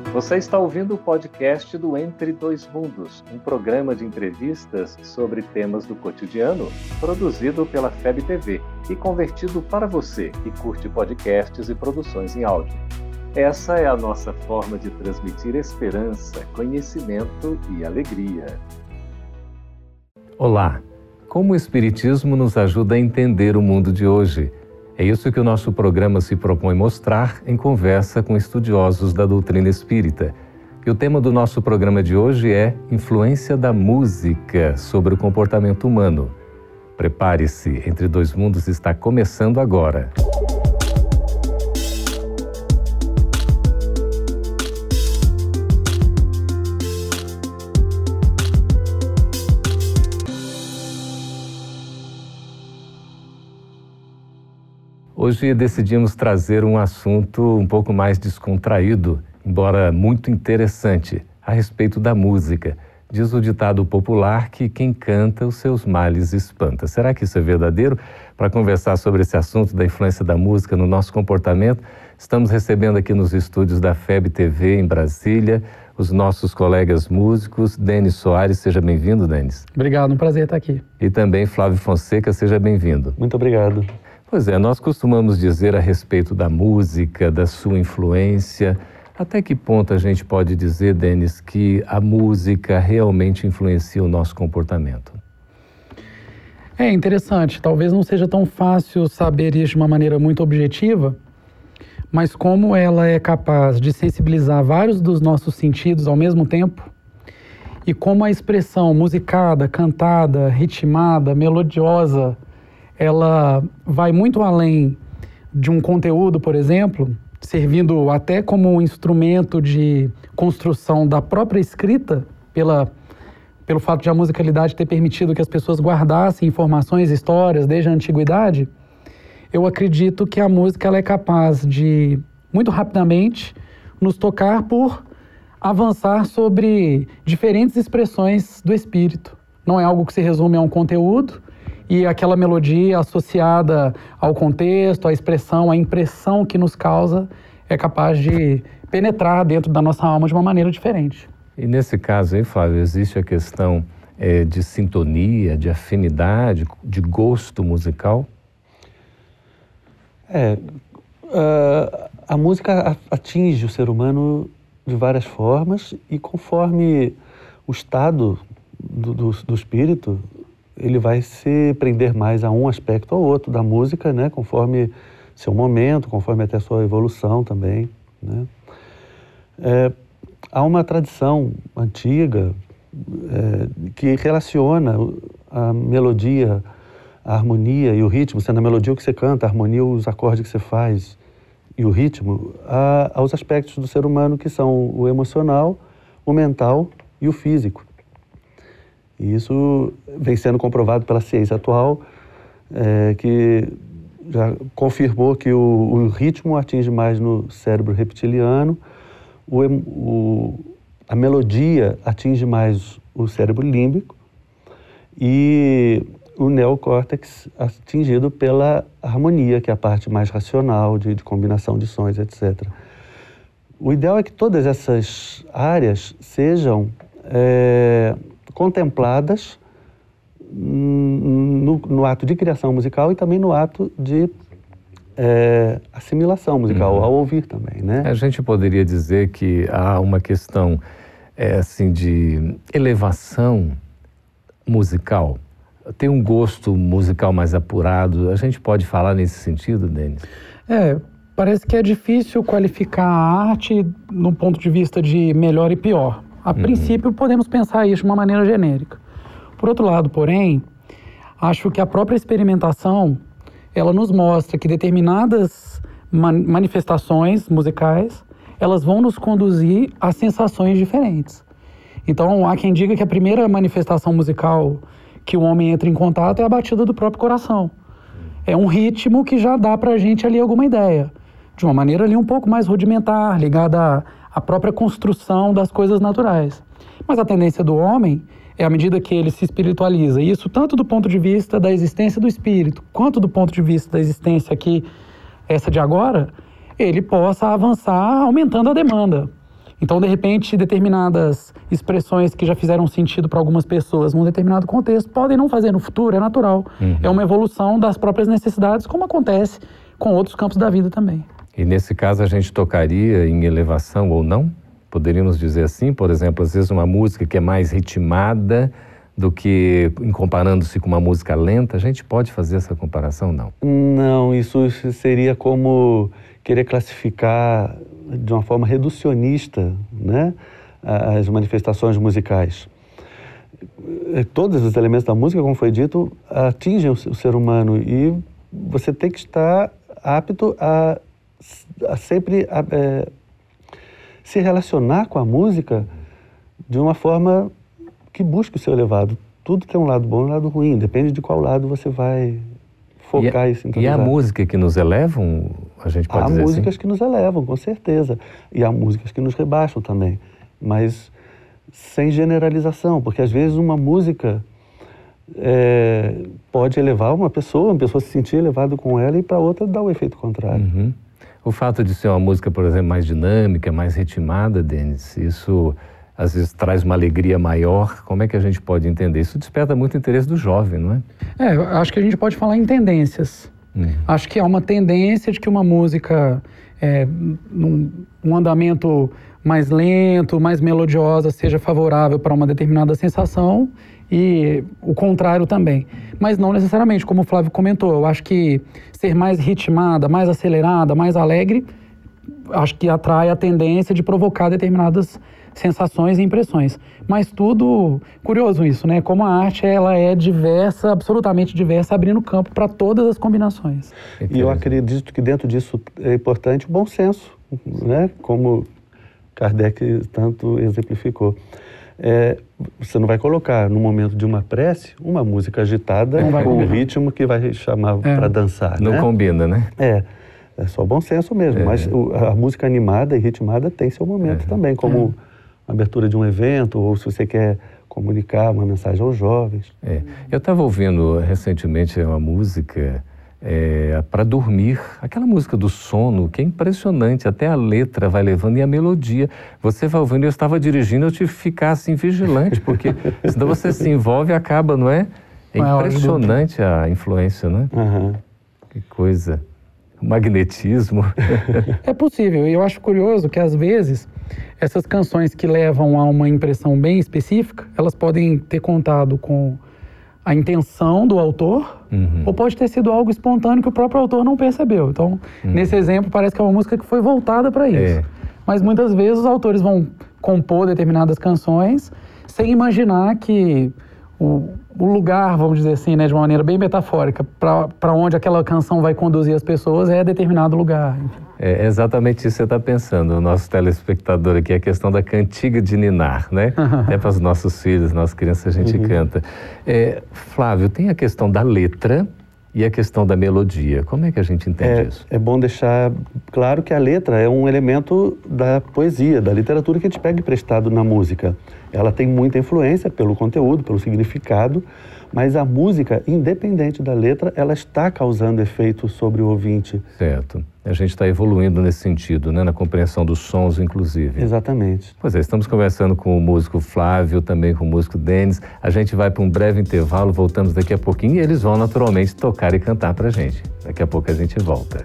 Você está ouvindo o podcast do Entre Dois Mundos, um programa de entrevistas sobre temas do cotidiano, produzido pela FEB TV e convertido para você que curte podcasts e produções em áudio. Essa é a nossa forma de transmitir esperança, conhecimento e alegria. Olá! Como o Espiritismo nos ajuda a entender o mundo de hoje? É isso que o nosso programa se propõe mostrar em conversa com estudiosos da doutrina espírita. E o tema do nosso programa de hoje é Influência da Música sobre o comportamento humano. Prepare-se, Entre Dois Mundos está começando agora. Hoje decidimos trazer um assunto um pouco mais descontraído, embora muito interessante, a respeito da música. Diz o ditado popular que quem canta os seus males espanta. Será que isso é verdadeiro? Para conversar sobre esse assunto da influência da música no nosso comportamento, estamos recebendo aqui nos estúdios da FEB TV em Brasília os nossos colegas músicos. Denis Soares, seja bem-vindo, Denis. Obrigado, um prazer estar aqui. E também Flávio Fonseca, seja bem-vindo. Muito obrigado. Pois é, nós costumamos dizer a respeito da música, da sua influência. Até que ponto a gente pode dizer, Denis, que a música realmente influencia o nosso comportamento? É interessante, talvez não seja tão fácil saber isso de uma maneira muito objetiva, mas como ela é capaz de sensibilizar vários dos nossos sentidos ao mesmo tempo, e como a expressão musicada, cantada, ritmada, melodiosa, ela vai muito além de um conteúdo, por exemplo, servindo até como um instrumento de construção da própria escrita, pelo fato de a musicalidade ter permitido que as pessoas guardassem informações, histórias desde a antiguidade. Eu acredito que a música ela é capaz de, muito rapidamente, nos tocar por avançar sobre diferentes expressões do espírito. Não é algo que se resume a um conteúdo, e aquela melodia associada ao contexto, à expressão, à impressão que nos causa, é capaz de penetrar dentro da nossa alma de uma maneira diferente. E nesse caso aí, Flávio, existe a questão de sintonia, de afinidade, de gosto musical? A música atinge o ser humano de várias formas e conforme o estado do espírito, ele vai se prender mais a um aspecto ou outro da música, né? Conforme seu momento, conforme até sua evolução também, né? Há uma tradição antiga que relaciona a melodia, a harmonia e o ritmo, sendo a melodia o que você canta, a harmonia os acordes que você faz e o ritmo, aos aspectos do ser humano que são o emocional, o mental e o físico. E isso vem sendo comprovado pela ciência atual, que já confirmou que o ritmo atinge mais no cérebro reptiliano, a melodia atinge mais o cérebro límbico e o neocórtex atingido pela harmonia, que é a parte mais racional, de combinação de sons, etc. O ideal é que todas essas áreas sejam contempladas no ato de criação musical e também no ato de assimilação musical, ao ouvir também, né? A gente poderia dizer que há uma questão assim, de elevação musical. Tem um gosto musical mais apurado. A gente pode falar nesse sentido, Denis? Parece que é difícil qualificar a arte no ponto de vista de melhor e pior. A princípio, podemos pensar isso de uma maneira genérica. Por outro lado, porém, acho que a própria experimentação, ela nos mostra que determinadas manifestações musicais, elas vão nos conduzir a sensações diferentes. Então, há quem diga que a primeira manifestação musical que o homem entra em contato é a batida do próprio coração. É um ritmo que já dá pra gente ali alguma ideia, de uma maneira ali um pouco mais rudimentar, ligada à própria construção das coisas naturais. Mas a tendência do homem é, à medida que ele se espiritualiza, e isso tanto do ponto de vista da existência do espírito, quanto do ponto de vista da existência aqui, essa de agora, ele possa avançar aumentando a demanda. Então, de repente, determinadas expressões que já fizeram sentido para algumas pessoas num determinado contexto podem não fazer no futuro, é natural. É uma evolução das próprias necessidades, como acontece com outros campos da vida também. E nesse caso a gente tocaria em elevação ou não? Poderíamos dizer assim, por exemplo, às vezes uma música que é mais ritmada do que comparando-se com uma música lenta, a gente pode fazer essa comparação, não? Não, isso seria como querer classificar de uma forma reducionista, né, as manifestações musicais. Todos os elementos da música, como foi dito, atingem o ser humano e você tem que estar apto a sempre se relacionar com a música de uma forma que busque o seu elevado. Tudo tem um lado bom e um lado ruim, depende de qual lado você vai focar e sintonizar. E a música que nos elevam, a gente pode dizer assim? Há músicas que nos elevam, com certeza. E há músicas que nos rebaixam também. Mas sem generalização, porque às vezes uma música pode elevar uma pessoa se sentir elevado com ela e para outra dá o efeito contrário. O fato de ser uma música, por exemplo, mais dinâmica, mais ritmada, Denis, isso às vezes traz uma alegria maior. Como é que a gente pode entender? Isso desperta muito interesse do jovem, não é? Eu acho que a gente pode falar em tendências. Acho que há uma tendência de que uma música, num andamento mais lento, mais melodiosa, seja favorável para uma determinada sensação e o contrário também. Mas não necessariamente, como o Flávio comentou. Eu acho que ser mais ritmada, mais acelerada, mais alegre, acho que atrai a tendência de provocar determinadas sensações e impressões. Mas tudo, curioso isso, né? Como a arte, ela é diversa, absolutamente diversa, abrindo campo para todas as combinações. E eu acredito que dentro disso é importante o bom senso, né? Como Kardec tanto exemplificou. Você não vai colocar, no momento de uma prece, uma música agitada com um ritmo que vai chamar para dançar. Não né? combina, né? É só bom senso mesmo, mas a música animada e ritmada tem seu momento também, como a abertura de um evento, ou se você quer comunicar uma mensagem aos jovens. Eu estava ouvindo recentemente uma música para dormir, aquela música do sono, que é impressionante, até a letra vai levando e a melodia. Você vai ouvindo, eu estava dirigindo, eu tive que ficar assim vigilante, porque senão você se envolve e acaba, não é? É impressionante a influência, né? Que coisa. O magnetismo. É possível, e eu acho curioso que às vezes essas canções que levam a uma impressão bem específica, elas podem ter contado com a intenção do autor, ou pode ter sido algo espontâneo que o próprio autor não percebeu. Então, nesse exemplo, parece que é uma música que foi voltada para isso. Mas muitas vezes os autores vão compor determinadas canções sem imaginar que o lugar, vamos dizer assim, né, de uma maneira bem metafórica, para onde aquela canção vai conduzir as pessoas é determinado lugar. É exatamente isso que você está pensando, o nosso telespectador aqui, a questão da cantiga de ninar, né? Até para os nossos filhos, nossas crianças, a gente canta. Flávio, tem a questão da letra e a questão da melodia. Como é que a gente entende isso? É bom deixar claro que a letra é um elemento da poesia, da literatura que a gente pega emprestado na música. Ela tem muita influência pelo conteúdo, pelo significado, mas a música, independente da letra, ela está causando efeito sobre o ouvinte. Certo. A gente está evoluindo nesse sentido, né? Na compreensão dos sons, inclusive. Exatamente. Pois estamos conversando com o músico Flávio, também com o músico Denis. A gente vai para um breve intervalo, voltamos daqui a pouquinho e eles vão naturalmente tocar e cantar para a gente. Daqui a pouco a gente volta.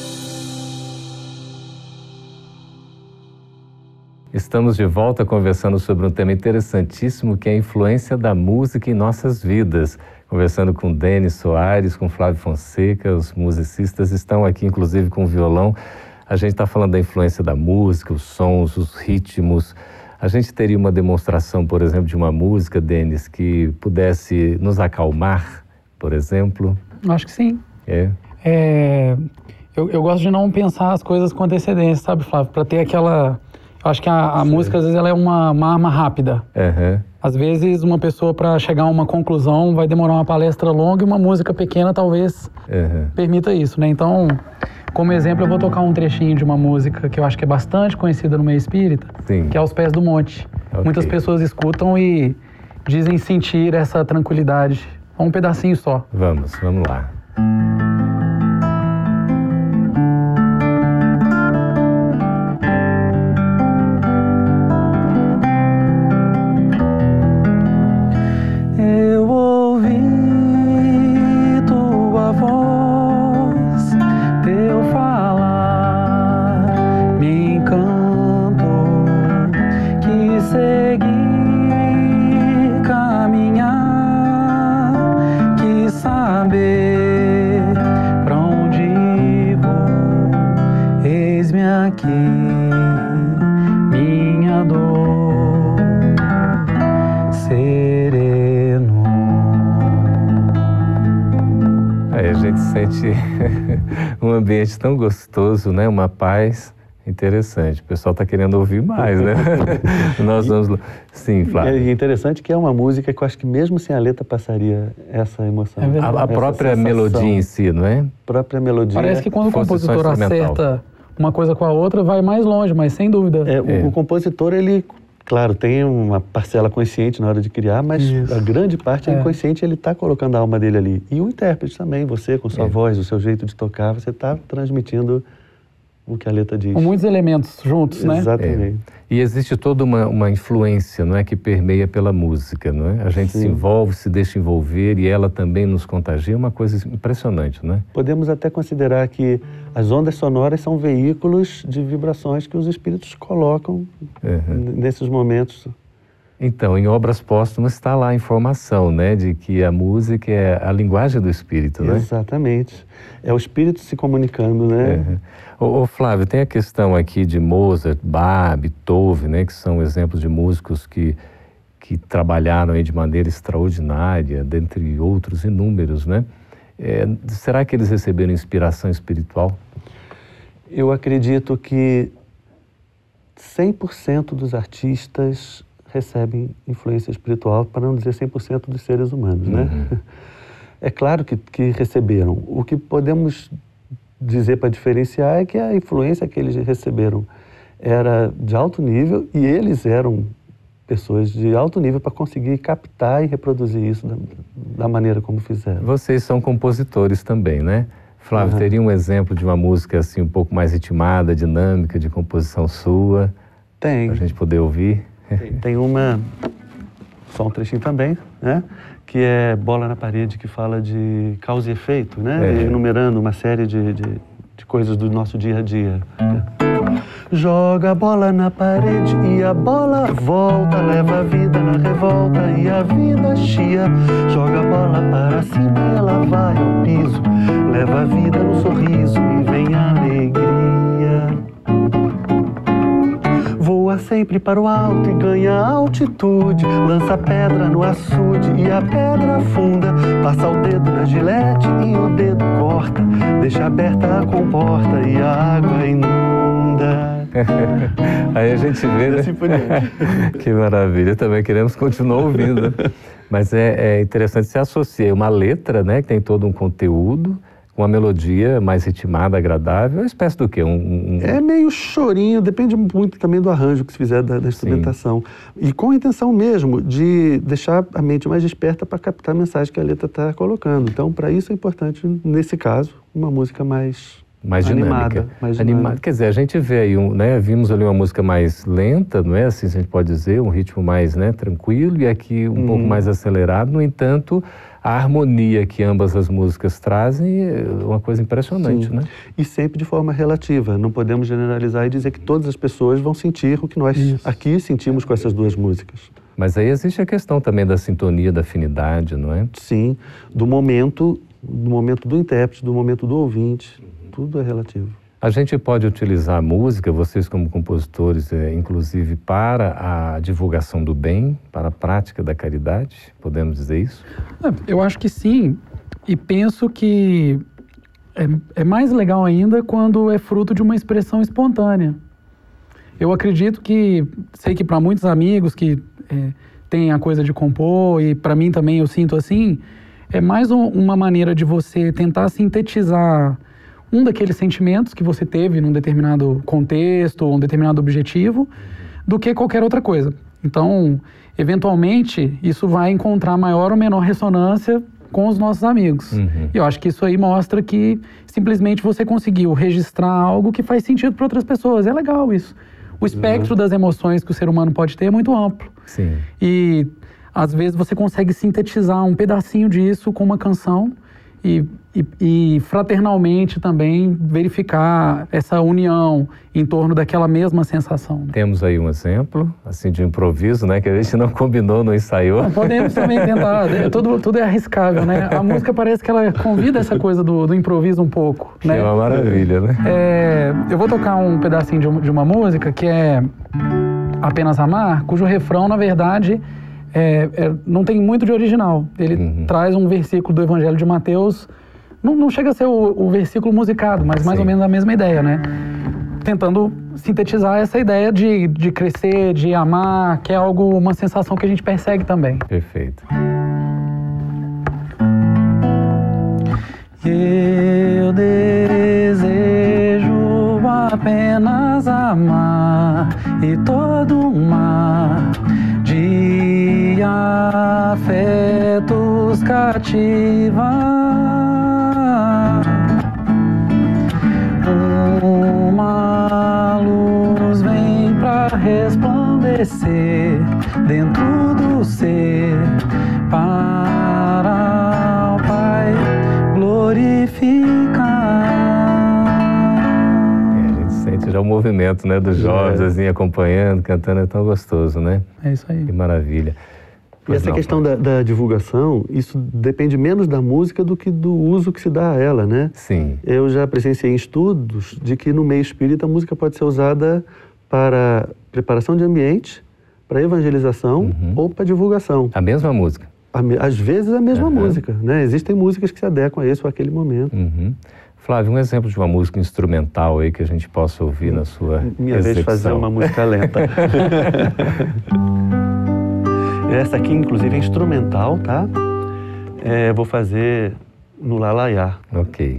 Estamos de volta conversando sobre um tema interessantíssimo que é a influência da música em nossas vidas. Conversando com Denis Soares, com Flávio Fonseca, os musicistas estão aqui inclusive com o violão. A gente está falando da influência da música, os sons, os ritmos. A gente teria uma demonstração, por exemplo, de uma música, Denis, que pudesse nos acalmar, por exemplo? Acho que sim. Eu gosto de não pensar as coisas com antecedência, sabe, Flávio? Para ter aquela... Acho que a música, às vezes, ela é uma arma rápida. Às vezes, uma pessoa, para chegar a uma conclusão, vai demorar uma palestra longa e uma música pequena, talvez, permita isso, né? Então, como exemplo, eu vou tocar um trechinho de uma música que eu acho que é bastante conhecida no meio espírita, que é Aos Pés do Monte. Muitas pessoas escutam e dizem sentir essa tranquilidade. Um pedacinho só. Vamos lá. aqui minha dor, sereno. Aí a gente sente um ambiente tão gostoso, né? Uma paz interessante. O pessoal está querendo ouvir mais, né? Nós vamos... Sim, Flávio. E é interessante que é uma música que eu acho que mesmo sem a letra passaria essa emoção. É verdade. A própria sensação. Melodia em si, não é? A própria melodia. Parece que quando o fosse só compositor instrumental. acerta uma coisa com a outra, vai mais longe, mas sem dúvida. O compositor, ele, claro, tem uma parcela consciente na hora de criar, mas a grande parte é inconsciente, ele está colocando a alma dele ali. E o intérprete também, você com sua voz, o seu jeito de tocar, você está transmitindo o que a letra diz. Com muitos elementos juntos, né? Exatamente. E existe toda uma influência, não é, que permeia pela música, não é? A gente se envolve, se deixa envolver e ela também nos contagia, uma coisa impressionante, não é? Podemos até considerar que as ondas sonoras são veículos de vibrações que os espíritos colocam nesses momentos. Então, em Obras Póstumas está lá a informação, né, de que a música é a linguagem do espírito, né? Exatamente. É o espírito se comunicando, né? Ô Flávio, tem a questão aqui de Mozart, Bach, Beethoven, né, que são exemplos de músicos que trabalharam aí de maneira extraordinária, dentre outros inúmeros, né? Será que eles receberam inspiração espiritual? Eu acredito que 100% dos artistas recebem influência espiritual, para não dizer 100% dos seres humanos, né? É claro que receberam. O que podemos dizer para diferenciar é que a influência que eles receberam era de alto nível e eles eram pessoas de alto nível para conseguir captar e reproduzir isso da maneira como fizeram. Vocês são compositores também, né? Flávio, teria um exemplo de uma música assim um pouco mais ritmada, dinâmica, de composição sua? Tem. Para a gente poder ouvir? Tem uma, só um trechinho também, né? Que é Bola na Parede, que fala de causa e efeito, né? Enumerando uma série de coisas do nosso dia a dia. Joga a bola na parede e a bola volta, leva a vida na revolta e a vida chia. Joga a bola para cima e ela vai ao piso, leva a vida no sorriso e vem a alegria. Voa sempre para o alto e ganha altitude, lança pedra no açude e a pedra afunda, passa o dedo na gilete e o dedo corta, deixa aberta a comporta e a água inunda. Aí a gente vê, né? Que maravilha, também queremos continuar ouvindo. Mas é interessante se associar uma letra, né, que tem todo um conteúdo, com uma melodia mais ritmada, agradável, uma espécie do quê? É meio chorinho, depende muito também do arranjo que se fizer da instrumentação. E com a intenção mesmo de deixar a mente mais desperta para captar a mensagem que a letra está colocando. Então, para isso é importante, nesse caso, uma música mais dinâmica. Animada. Quer dizer, a gente vê aí, né, vimos ali uma música mais lenta, não é assim, a gente pode dizer, um ritmo mais, né, tranquilo, e aqui um pouco mais acelerado. No entanto, a harmonia que ambas as músicas trazem é uma coisa impressionante, né? E sempre de forma relativa. Não podemos generalizar e dizer que todas as pessoas vão sentir o que nós aqui sentimos com essas duas músicas. Mas aí existe a questão também da sintonia, da afinidade, não é? Sim, do momento do intérprete, do momento do ouvinte. Tudo é relativo. A gente pode utilizar a música, vocês como compositores, inclusive para a divulgação do bem, para a prática da caridade? Podemos dizer isso? Eu acho que sim. E penso que é mais legal ainda quando é fruto de uma expressão espontânea. Eu acredito que, sei que para muitos amigos que têm a coisa de compor, e para mim também eu sinto assim, é mais uma maneira de você tentar sintetizar um daqueles sentimentos que você teve num determinado contexto, ou um determinado objetivo, do que qualquer outra coisa. Então, eventualmente, isso vai encontrar maior ou menor ressonância com os nossos amigos. E eu acho que isso aí mostra que simplesmente você conseguiu registrar algo que faz sentido para outras pessoas. É legal isso. O espectro das emoções que o ser humano pode ter é muito amplo. Sim. E, às vezes, você consegue sintetizar um pedacinho disso com uma canção e fraternalmente também verificar essa união em torno daquela mesma sensação. Né? Temos aí um exemplo, assim, de improviso, né? Que a gente não combinou, não ensaiou. Não, podemos também tentar, tudo é arriscável, né? A música parece que ela convida essa coisa do improviso um pouco, né? É uma maravilha, né? Eu vou tocar um pedacinho de uma música que é Apenas Amar, cujo refrão, na verdade, não tem muito de original. Ele traz um versículo do Evangelho de Mateus, não chega a ser o versículo musicado, mas mais ou menos a mesma ideia, né? Tentando sintetizar essa ideia de crescer, de amar, que é uma sensação que a gente persegue também. Perfeito. Eu desejo apenas amar e todo mar de afetos cativar. Uma luz vem pra resplandecer dentro do ser para o Pai glorificar. A gente sente já o movimento, né, dos jovens, assim, acompanhando, cantando, é tão gostoso, né? É isso aí. Que maravilha. E essa questão da divulgação, isso depende menos da música do que do uso que se dá a ela, né? Sim. Eu já presenciei em estudos de que no meio espírita a música pode ser usada para preparação de ambiente, para evangelização ou para divulgação. A mesma música? Às vezes a mesma música, né? Existem músicas que se adequam a esse ou aquele momento. Flávio, um exemplo de uma música instrumental aí que a gente possa ouvir na sua Minha execução. vez de fazer uma música lenta. Essa aqui, inclusive, é instrumental, tá? Vou fazer no Lalaiá. Ok.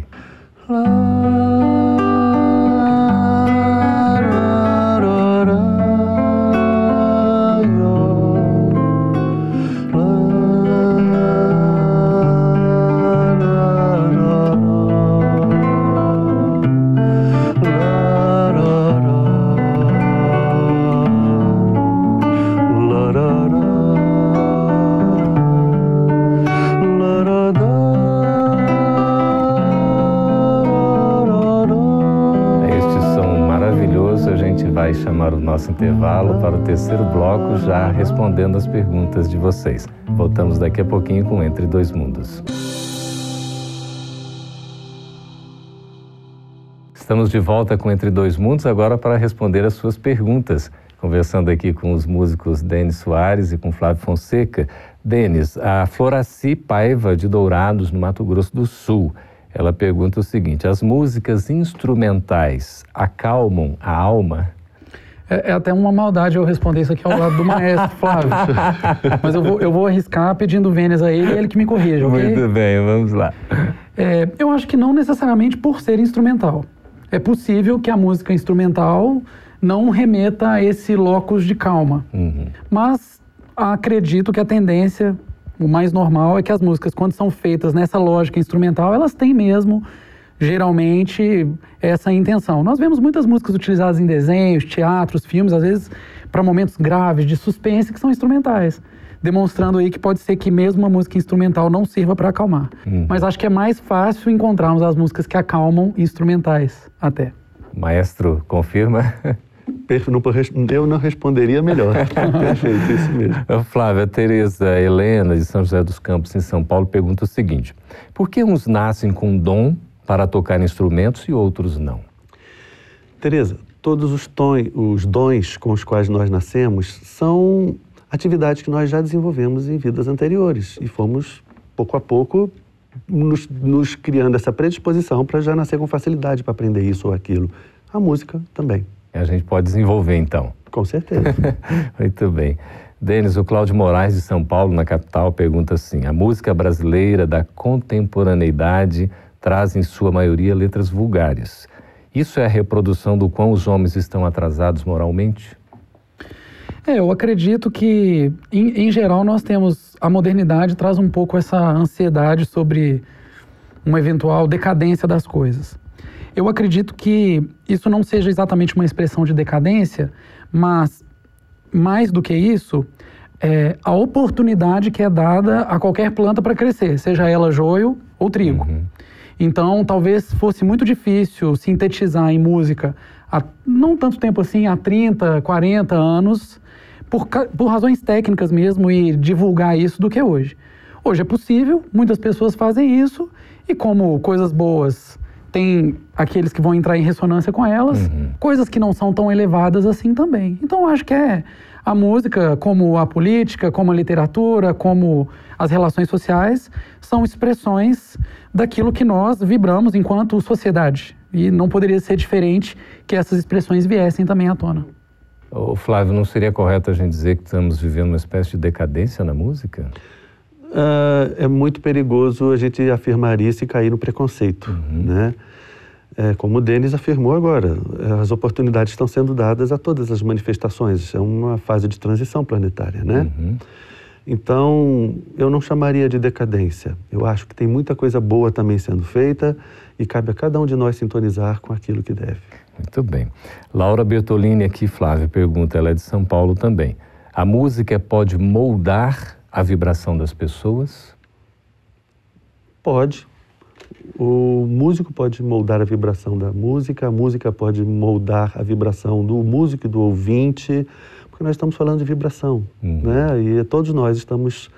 Vai chamar o nosso intervalo para o terceiro bloco, já respondendo as perguntas de vocês. Voltamos daqui a pouquinho com Entre Dois Mundos. Estamos de volta com Entre Dois Mundos, agora para responder as suas perguntas. Conversando aqui com os músicos Denis Soares e com Flávio Fonseca. Denis, a Floraci Paiva de Dourados, no Mato Grosso do Sul, ela pergunta o seguinte: as músicas instrumentais acalmam a alma? É até uma maldade eu responder isso aqui ao lado do maestro, Flávio. Mas eu vou arriscar pedindo vênias a ele e ele que me corrija, ok? Muito bem, vamos lá. Eu acho que não necessariamente por ser instrumental. É possível que a música instrumental não remeta a esse locus de calma. Mas acredito que a tendência, o mais normal, é que as músicas, quando são feitas nessa lógica instrumental, elas têm mesmo, geralmente, essa intenção. Nós vemos muitas músicas utilizadas em desenhos, teatros, filmes, às vezes para momentos graves, de suspense, que são instrumentais, demonstrando aí que pode ser que mesmo uma música instrumental não sirva para acalmar. Mas acho que é mais fácil encontrarmos as músicas que acalmam instrumentais, até. Maestro, confirma? Eu não responderia melhor. Perfeito, isso mesmo. Flávia, a Tereza Helena, de São José dos Campos, em São Paulo, pergunta o seguinte: por que uns nascem com dom para tocar instrumentos e outros não? Tereza, todos os dons com os quais nós nascemos são atividades que nós já desenvolvemos em vidas anteriores e fomos, pouco a pouco, nos criando essa predisposição para já nascer com facilidade para aprender isso ou aquilo. A música também. A gente pode desenvolver, então. Com certeza. Muito bem. Denis, o Cláudio Moraes, de São Paulo, na capital, pergunta assim: a música brasileira da contemporaneidade traz, em sua maioria, letras vulgares. Isso é a reprodução do quão os homens estão atrasados moralmente? Eu acredito que, em geral, nós temos... A modernidade traz um pouco essa ansiedade sobre uma eventual decadência das coisas. Eu acredito que isso não seja exatamente uma expressão de decadência, mas, mais do que isso, a oportunidade que é dada a qualquer planta para crescer, seja ela joio ou trigo. Então, talvez fosse muito difícil sintetizar em música, não tanto tempo assim, há 30, 40 anos, por razões técnicas mesmo, e divulgar isso do que hoje. Hoje é possível, muitas pessoas fazem isso, e como coisas boas, tem aqueles que vão entrar em ressonância com elas, coisas que não são tão elevadas assim também. Então, eu acho que a música, como a política, como a literatura, como as relações sociais, são expressões daquilo que nós vibramos enquanto sociedade. E não poderia ser diferente que essas expressões viessem também à tona. Ô Flávio, não seria correto a gente dizer que estamos vivendo uma espécie de decadência na música? É muito perigoso a gente afirmar isso e cair no preconceito, né? Como o Denis afirmou agora, as oportunidades estão sendo dadas a todas as manifestações. É uma fase de transição planetária, né? Então, eu não chamaria de decadência. Eu acho que tem muita coisa boa também sendo feita e cabe a cada um de nós sintonizar com aquilo que deve. Muito bem. Laura Bertolini aqui, Flávio, pergunta, ela é de São Paulo também. A música pode moldar a vibração das pessoas? Pode. O músico pode moldar a vibração da música, a música pode moldar a vibração do músico e do ouvinte, porque nós estamos falando de vibração, né? E todos nós estamos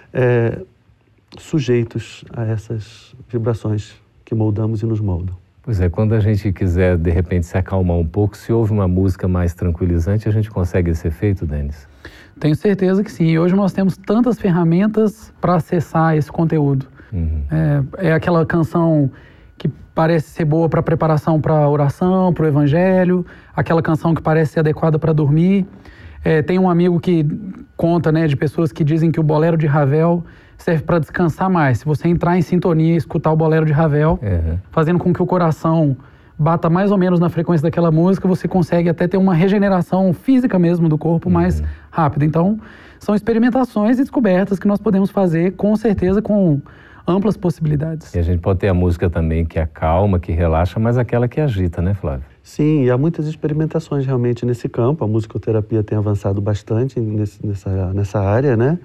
sujeitos a essas vibrações que moldamos e nos moldam. Pois é, quando a gente quiser, de repente, se acalmar um pouco, se houve uma música mais tranquilizante, a gente consegue esse efeito, Denis? Tenho certeza que sim. E hoje nós temos tantas ferramentas para acessar esse conteúdo. É aquela canção que parece ser boa para preparação para a oração, para o evangelho, aquela canção que parece ser adequada para dormir. Tem um amigo que conta, né, de pessoas que dizem que o bolero de Ravel serve para descansar mais. Se você entrar em sintonia e escutar o bolero de Ravel, fazendo com que o coração bata mais ou menos na frequência daquela música, você consegue até ter uma regeneração física mesmo do corpo mais rápida. Então, são experimentações e descobertas que nós podemos fazer, com certeza, com amplas possibilidades. E a gente pode ter a música também que acalma, que relaxa, mas aquela que agita, né, Flávio? Sim, e há muitas experimentações realmente nesse campo. A musicoterapia tem avançado bastante nessa área, né?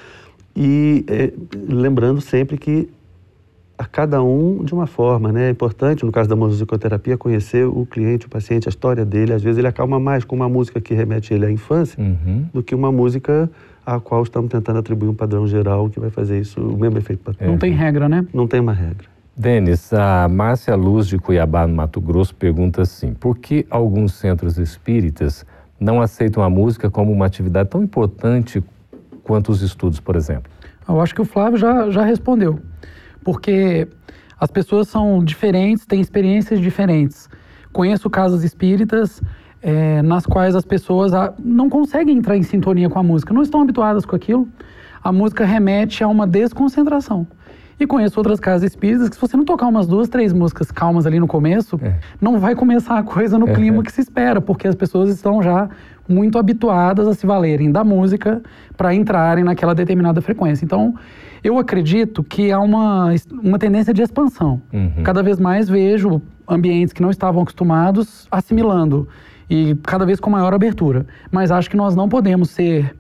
E lembrando sempre que a cada um de uma forma, né? É importante, no caso da musicoterapia, conhecer o cliente, o paciente, a história dele. Às vezes ele acalma mais com uma música que remete ele à infância do que uma música a qual estamos tentando atribuir um padrão geral que vai fazer isso, o mesmo efeito para todos. Não tem regra, né? Não tem uma regra. Denis, a Márcia Luz de Cuiabá, no Mato Grosso, pergunta assim: por que alguns centros espíritas não aceitam a música como uma atividade tão importante quanto os estudos, por exemplo? Eu acho que o Flávio já respondeu. Porque as pessoas são diferentes, têm experiências diferentes. Conheço casos espíritas nas quais as pessoas não conseguem entrar em sintonia com a música, não estão habituadas com aquilo. A música remete a uma desconcentração. E conheço outras casas espíritas que, se você não tocar umas 2, 3 músicas calmas ali no começo, não vai começar a coisa no clima que se espera, porque as pessoas estão já muito habituadas a se valerem da música para entrarem naquela determinada frequência. Então, eu acredito que há uma tendência de expansão. Cada vez mais vejo ambientes que não estavam acostumados assimilando e cada vez com maior abertura. Mas acho que nós não podemos ser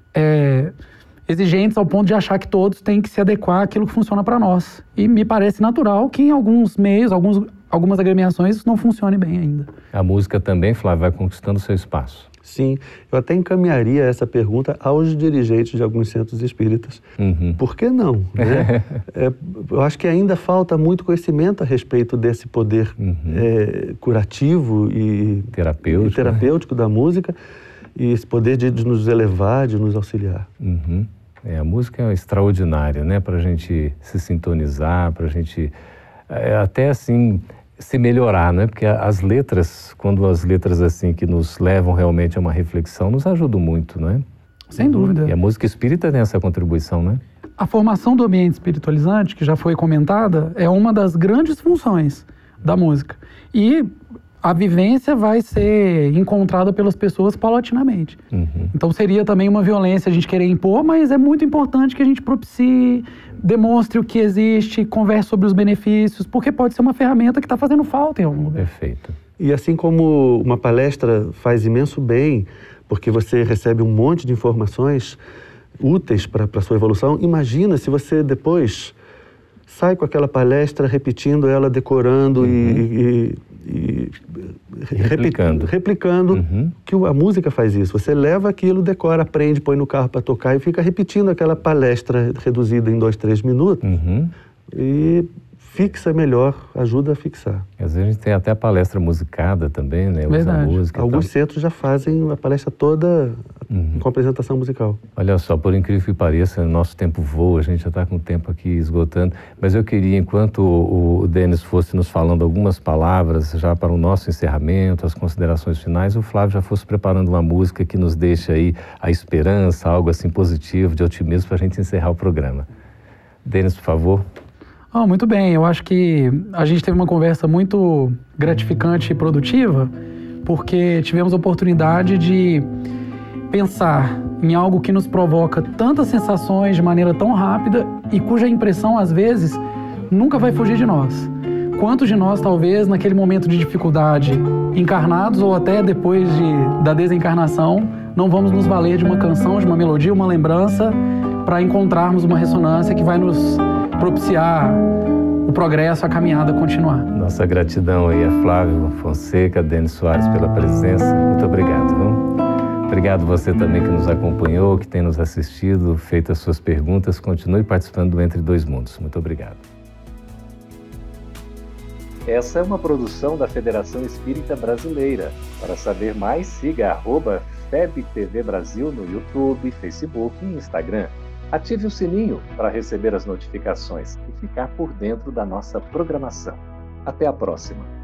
exigentes ao ponto de achar que todos têm que se adequar àquilo que funciona para nós. E me parece natural que em alguns meios, algumas agremiações, isso não funcione bem ainda. A música também, Flávio, vai conquistando seu espaço. Sim, eu até encaminharia essa pergunta aos dirigentes de alguns centros espíritas. Por que não? Né? Eu acho que ainda falta muito conhecimento a respeito desse poder curativo e terapêutico da música, e esse poder de nos elevar, de nos auxiliar. A música é extraordinária, né? Para a gente se sintonizar, para a gente até assim se melhorar, né? Porque as letras, quando as letras assim que nos levam realmente a uma reflexão, nos ajudam muito, não é? Sem dúvida. E a música espírita tem essa contribuição, né? A formação do ambiente espiritualizante, que já foi comentada, é uma das grandes funções da música. E a vivência vai ser encontrada pelas pessoas paulatinamente. Então seria também uma violência a gente querer impor, mas é muito importante que a gente propicie, demonstre o que existe, converse sobre os benefícios, porque pode ser uma ferramenta que está fazendo falta em algum lugar. Perfeito. E assim como uma palestra faz imenso bem, porque você recebe um monte de informações úteis para a sua evolução, imagina se você depois sai com aquela palestra repetindo ela, decorando e replicando que a música faz isso. Você leva aquilo, decora, aprende, põe no carro para tocar e fica repetindo aquela palestra reduzida em 2, 3 minutos e fixa melhor, ajuda a fixar. Às vezes a gente tem até a palestra musicada também, né? Usa música. Alguns centros já fazem a palestra toda com apresentação musical. Olha só, por incrível que pareça, nosso tempo voa, a gente já está com o tempo aqui esgotando, mas eu queria, enquanto o Denis fosse nos falando algumas palavras já para o nosso encerramento, as considerações finais, o Flávio já fosse preparando uma música que nos deixa aí a esperança, algo assim positivo, de otimismo, para a gente encerrar o programa. Denis, por favor. Muito bem, eu acho que a gente teve uma conversa muito gratificante e produtiva, porque tivemos a oportunidade de pensar em algo que nos provoca tantas sensações de maneira tão rápida e cuja impressão, às vezes, nunca vai fugir de nós. Quantos de nós, talvez, naquele momento de dificuldade, encarnados ou até depois da desencarnação, não vamos nos valer de uma canção, de uma melodia, uma lembrança, para encontrarmos uma ressonância que vai nos propiciar o progresso, a caminhada continuar. Nossa gratidão aí a Flávio Fonseca, Denis Soares pela presença. Muito obrigado. Obrigado você também que nos acompanhou, que tem nos assistido, feito as suas perguntas. Continue participando do Entre Dois Mundos. Muito obrigado. Essa é uma produção da Federação Espírita Brasileira. Para saber mais, siga @FebTV Brasil no YouTube, Facebook e Instagram. Ative o sininho para receber as notificações e ficar por dentro da nossa programação. Até a próxima!